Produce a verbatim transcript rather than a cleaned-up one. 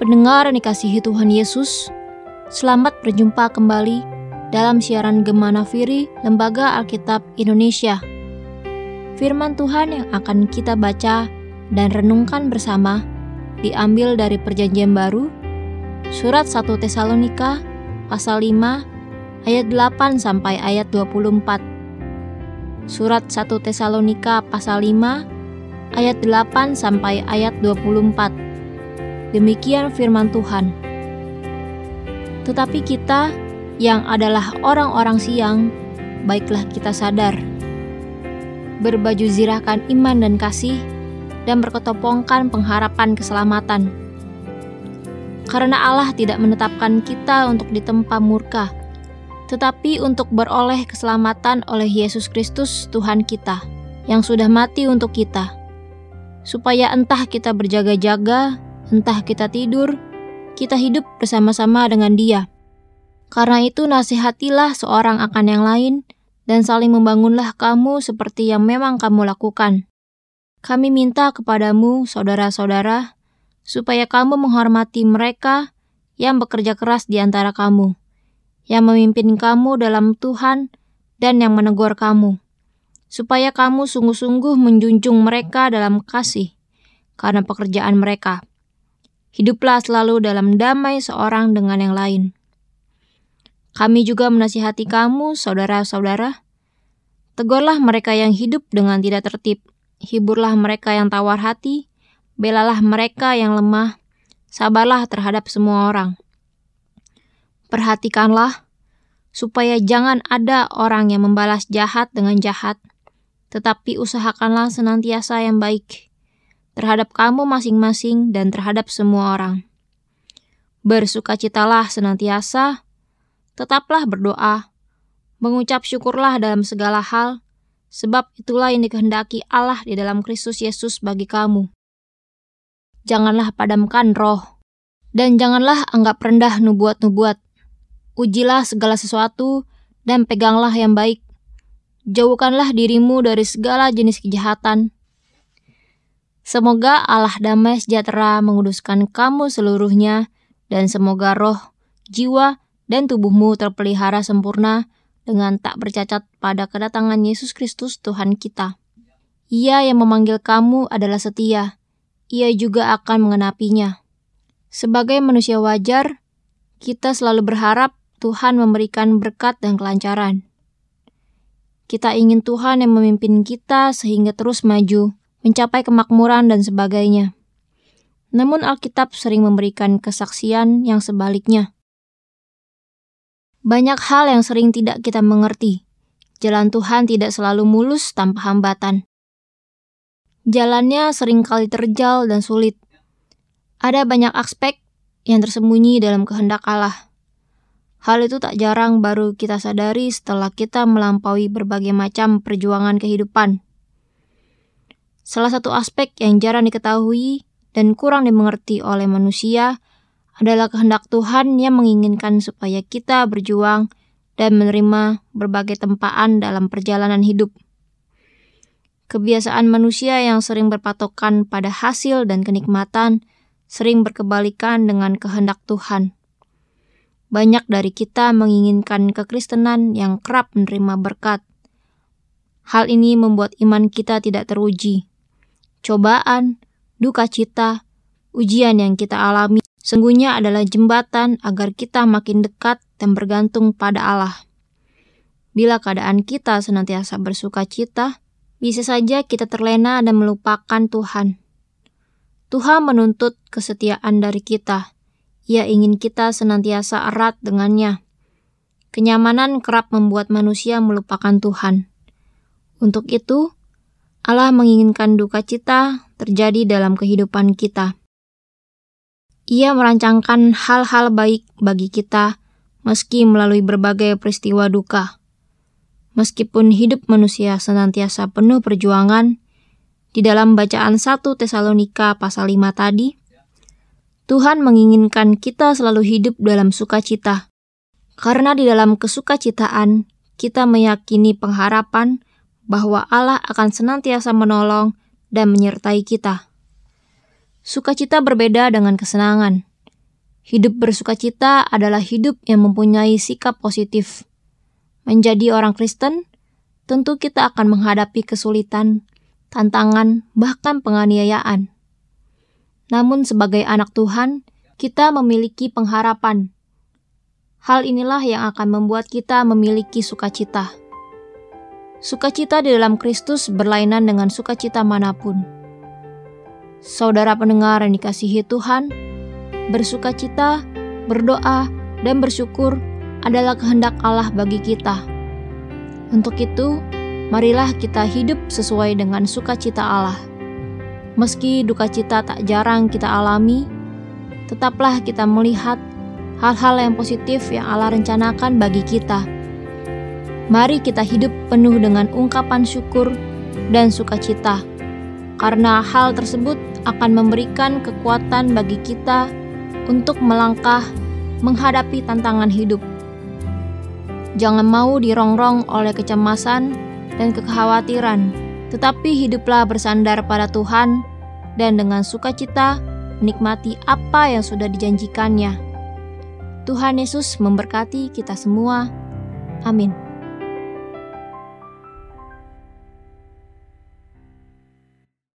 Pendengar yang dikasihi Tuhan Yesus, selamat berjumpa kembali dalam siaran Gema Nafiri Lembaga Alkitab Indonesia. Firman Tuhan yang akan kita baca dan renungkan bersama diambil dari Perjanjian Baru, surat satu Tesalonika pasal lima ayat delapan sampai ayat dua puluh empat. Surat satu Tesalonika pasal lima ayat delapan sampai ayat dua puluh empat. Demikian firman Tuhan. Tetapi kita yang adalah orang-orang siang, baiklah kita sadar, berbaju zirahkan iman dan kasih, dan berketopongkan pengharapan keselamatan. Karena Allah tidak menetapkan kita untuk ditempa murka, tetapi untuk beroleh keselamatan oleh Yesus Kristus Tuhan kita, yang sudah mati untuk kita, supaya entah kita berjaga-jaga, entah kita tidur, kita hidup bersama-sama dengan Dia. Karena itu nasihatilah seorang akan yang lain, dan saling membangunlah kamu seperti yang memang kamu lakukan. Kami minta kepadamu, saudara-saudara, supaya kamu menghormati mereka yang bekerja keras di antara kamu, yang memimpin kamu dalam Tuhan dan yang menegur kamu, supaya kamu sungguh-sungguh menjunjung mereka dalam kasih, karena pekerjaan mereka. Hiduplah selalu dalam damai seorang dengan yang lain. Kami juga menasihati kamu, saudara-saudara. Tegurlah mereka yang hidup dengan tidak tertib. Hiburlah mereka yang tawar hati. Belalah mereka yang lemah. Sabarlah terhadap semua orang. Perhatikanlah, supaya jangan ada orang yang membalas jahat dengan jahat, tetapi usahakanlah senantiasa yang baik terhadap kamu masing-masing dan terhadap semua orang. Bersukacitalah senantiasa, tetaplah berdoa, mengucap syukurlah dalam segala hal, sebab itulah yang dikehendaki Allah di dalam Kristus Yesus bagi kamu. Janganlah padamkan roh, dan janganlah anggap rendah nubuat-nubuat. Ujilah segala sesuatu, dan peganglah yang baik. Jauhkanlah dirimu dari segala jenis kejahatan. Semoga Allah damai sejahtera menguduskan kamu seluruhnya, dan semoga roh, jiwa, dan tubuhmu terpelihara sempurna dengan tak bercacat pada kedatangan Yesus Kristus Tuhan kita. Ia yang memanggil kamu adalah setia, Ia juga akan mengenapinya. Sebagai manusia wajar, kita selalu berharap Tuhan memberikan berkat dan kelancaran. Kita ingin Tuhan yang memimpin kita sehingga terus maju, mencapai kemakmuran dan sebagainya. Namun Alkitab sering memberikan kesaksian yang sebaliknya. Banyak hal yang sering tidak kita mengerti. Jalan Tuhan tidak selalu mulus tanpa hambatan. Jalannya seringkali terjal dan sulit. Ada banyak aspek yang tersembunyi dalam kehendak Allah. Hal itu tak jarang baru kita sadari setelah kita melampaui berbagai macam perjuangan kehidupan. Salah satu aspek yang jarang diketahui dan kurang dimengerti oleh manusia adalah kehendak Tuhan yang menginginkan supaya kita berjuang dan menerima berbagai tempaan dalam perjalanan hidup. Kebiasaan manusia yang sering berpatokan pada hasil dan kenikmatan sering berkebalikan dengan kehendak Tuhan. Banyak dari kita menginginkan kekristenan yang kerap menerima berkat. Hal ini membuat iman kita tidak teruji. Cobaan, duka cita, ujian yang kita alami sungguhnya adalah jembatan agar kita makin dekat dan bergantung pada Allah. Bila keadaan kita senantiasa bersuka cita, bisa saja kita terlena dan melupakan Tuhan. Tuhan menuntut kesetiaan dari kita. Ia ingin kita senantiasa erat dengannya. Kenyamanan kerap membuat manusia melupakan Tuhan. Untuk itu, Allah menginginkan duka cita terjadi dalam kehidupan kita. Ia merancangkan hal-hal baik bagi kita meski melalui berbagai peristiwa duka. Meskipun hidup manusia senantiasa penuh perjuangan, di dalam bacaan satu Tesalonika pasal lima tadi, Tuhan menginginkan kita selalu hidup dalam sukacita. Karena di dalam kesukacitaan, kita meyakini pengharapan bahwa Allah akan senantiasa menolong dan menyertai kita. Sukacita berbeda dengan kesenangan. Hidup bersukacita adalah hidup yang mempunyai sikap positif. Menjadi orang Kristen, tentu kita akan menghadapi kesulitan, tantangan, bahkan penganiayaan. Namun sebagai anak Tuhan, kita memiliki pengharapan. Hal inilah yang akan membuat kita memiliki sukacita. Sukacita di dalam Kristus berlainan dengan sukacita manapun. Saudara pendengar yang dikasihi Tuhan, bersukacita, berdoa, dan bersyukur adalah kehendak Allah bagi kita. Untuk itu, marilah kita hidup sesuai dengan sukacita Allah. Meski duka cita tak jarang kita alami, tetaplah kita melihat hal-hal yang positif yang Allah rencanakan bagi kita. Mari kita hidup penuh dengan ungkapan syukur dan sukacita, karena hal tersebut akan memberikan kekuatan bagi kita untuk melangkah menghadapi tantangan hidup. Jangan mau dirongrong oleh kecemasan dan kekhawatiran, tetapi hiduplah bersandar pada Tuhan dan dengan sukacita menikmati apa yang sudah dijanjikannya. Tuhan Yesus memberkati kita semua. Amin.